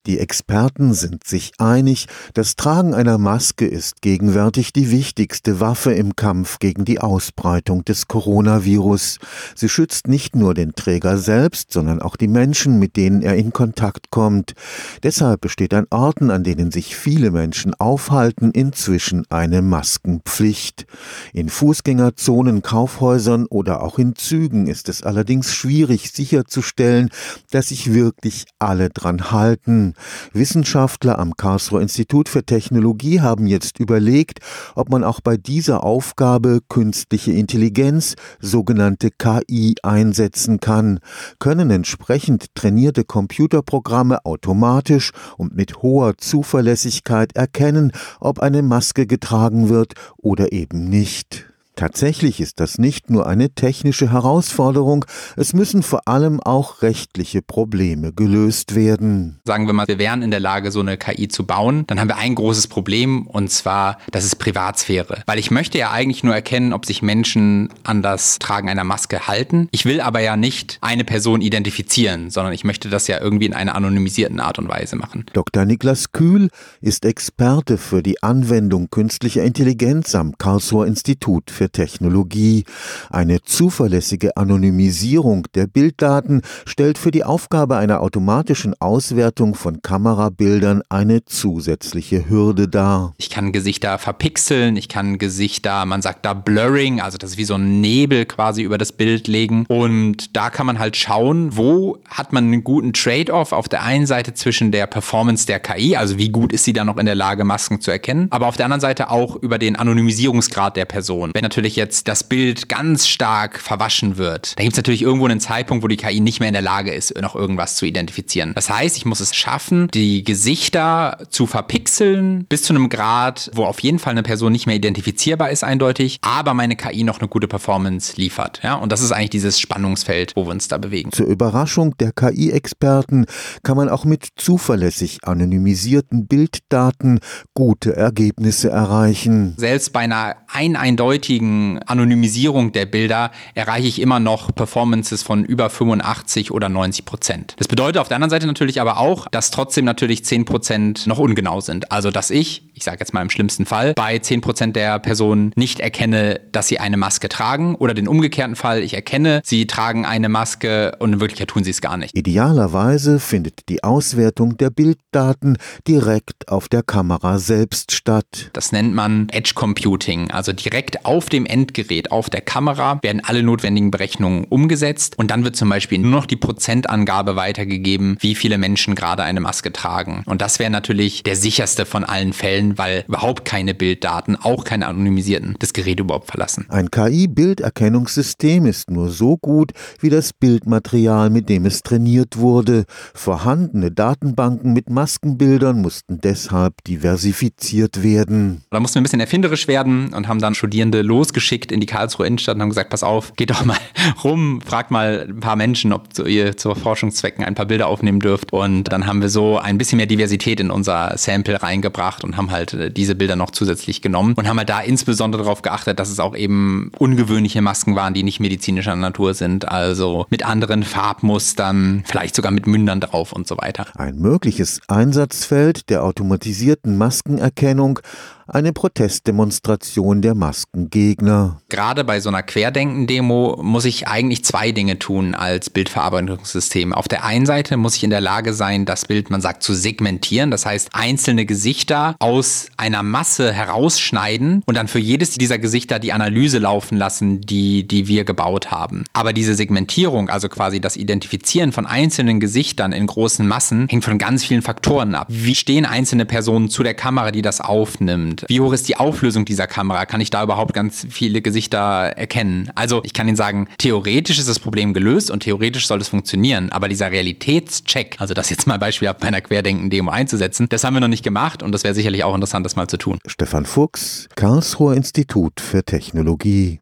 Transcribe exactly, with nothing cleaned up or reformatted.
Die Experten sind sich einig, das Tragen einer Maske ist gegenwärtig die wichtigste Waffe im Kampf gegen die Ausbreitung des Coronavirus. Sie schützt nicht nur den Träger selbst, sondern auch die Menschen, mit denen er in Kontakt kommt. Deshalb besteht an Orten, an denen sich viele Menschen aufhalten, inzwischen eine Maskenpflicht. In Fußgängerzonen, Kaufhäusern oder auch in Zügen ist es allerdings schwierig sicherzustellen, dass sich wirklich alle dran halten. Wissenschaftler am Karlsruher Institut für Technologie haben jetzt überlegt, ob man auch bei dieser Aufgabe künstliche Intelligenz, sogenannte K I, einsetzen kann. Können entsprechend trainierte Computerprogramme automatisch und mit hoher Zuverlässigkeit erkennen, ob eine Maske getragen wird oder eben nicht. Tatsächlich ist das nicht nur eine technische Herausforderung, es müssen vor allem auch rechtliche Probleme gelöst werden. Sagen wir mal, wir wären in der Lage, so eine K I zu bauen, dann haben wir ein großes Problem, und zwar, das ist Privatsphäre. Weil ich möchte ja eigentlich nur erkennen, ob sich Menschen an das Tragen einer Maske halten. Ich will aber ja nicht eine Person identifizieren, sondern ich möchte das ja irgendwie in einer anonymisierten Art und Weise machen. Doktor Niklas Kühl ist Experte für die Anwendung künstlicher Intelligenz am Karlsruher Institut für Technologie. Eine zuverlässige Anonymisierung der Bilddaten stellt für die Aufgabe einer automatischen Auswertung von Kamerabildern eine zusätzliche Hürde dar. Ich kann Gesichter verpixeln, ich kann Gesichter, man sagt da Blurring, also das ist wie so ein Nebel quasi über das Bild legen, und da kann man halt schauen, wo hat man einen guten Trade-off auf der einen Seite zwischen der Performance der K I, also wie gut ist sie dann noch in der Lage, Masken zu erkennen, aber auf der anderen Seite auch über den Anonymisierungsgrad der Person. Wenn natürlich jetzt das Bild ganz stark verwaschen wird, dann gibt es natürlich irgendwo einen Zeitpunkt, wo die K I nicht mehr in der Lage ist, noch irgendwas zu identifizieren. Das heißt, ich muss es schaffen, die Gesichter zu verpixeln bis zu einem Grad, wo auf jeden Fall eine Person nicht mehr identifizierbar ist eindeutig, aber meine K I noch eine gute Performance liefert. Ja? Und das ist eigentlich dieses Spannungsfeld, wo wir uns da bewegen. Zur Überraschung der K I-Experten kann man auch mit zuverlässig anonymisierten Bilddaten gute Ergebnisse erreichen. Selbst bei einer ein eindeutigen Anonymisierung der Bilder erreiche ich immer noch Performances von über fünfundachtzig oder neunzig Prozent. Das bedeutet auf der anderen Seite natürlich aber auch, dass trotzdem natürlich zehn Prozent noch ungenau sind. Also dass ich, ich sage jetzt mal im schlimmsten Fall, bei zehn Prozent der Personen nicht erkenne, dass sie eine Maske tragen, oder den umgekehrten Fall, ich erkenne, sie tragen eine Maske und in Wirklichkeit tun sie es gar nicht. Idealerweise findet die Auswertung der Bilddaten direkt auf der Kamera selbst statt. Das nennt man Edge Computing, also direkt auf dem Endgerät, auf der Kamera werden alle notwendigen Berechnungen umgesetzt, und dann wird zum Beispiel nur noch die Prozentangabe weitergegeben, wie viele Menschen gerade eine Maske tragen. Und das wäre natürlich der sicherste von allen Fällen, weil überhaupt keine Bilddaten, auch keine anonymisierten, das Gerät überhaupt verlassen. Ein K I-Bilderkennungssystem ist nur so gut wie das Bildmaterial, mit dem es trainiert wurde. Vorhandene Datenbanken mit Maskenbildern mussten deshalb diversifiziert werden. Da mussten wir ein bisschen erfinderisch werden und haben dann Studierende losgeschickt in die Karlsruher Innenstadt und haben gesagt, pass auf, geht doch mal rum, fragt mal ein paar Menschen, ob ihr zu Forschungszwecken ein paar Bilder aufnehmen dürft. Und dann haben wir so ein bisschen mehr Diversität in unser Sample reingebracht und haben halt diese Bilder noch zusätzlich genommen und haben halt da insbesondere darauf geachtet, dass es auch eben ungewöhnliche Masken waren, die nicht medizinischer Natur sind, also mit anderen Farbmustern, vielleicht sogar mit Mündern drauf und so weiter. Ein mögliches Einsatzfeld der automatisierten Maskenerkennung, eine Protestdemonstration der Maskengegner. Gerade bei so einer Querdenken-Demo muss ich eigentlich zwei Dinge tun als Bildverarbeitungssystem. Auf der einen Seite muss ich in der Lage sein, das Bild, man sagt, zu segmentieren. Das heißt, einzelne Gesichter aus einer Masse herausschneiden und dann für jedes dieser Gesichter die Analyse laufen lassen, die, die wir gebaut haben. Aber diese Segmentierung, also quasi das Identifizieren von einzelnen Gesichtern in großen Massen, hängt von ganz vielen Faktoren ab. Wie stehen einzelne Personen zu der Kamera, die das aufnimmt? Wie hoch ist die Auflösung dieser Kamera? Kann ich da überhaupt ganz viele Gesichter erkennen? Also ich kann Ihnen sagen, theoretisch ist das Problem gelöst und theoretisch soll es funktionieren, aber dieser Realitätscheck, also das jetzt mal beispielhaft bei einer Querdenken-Demo einzusetzen, das haben wir noch nicht gemacht, und das wäre sicherlich auch interessant, das mal zu tun. Stefan Fuchs, Karlsruher Institut für Technologie.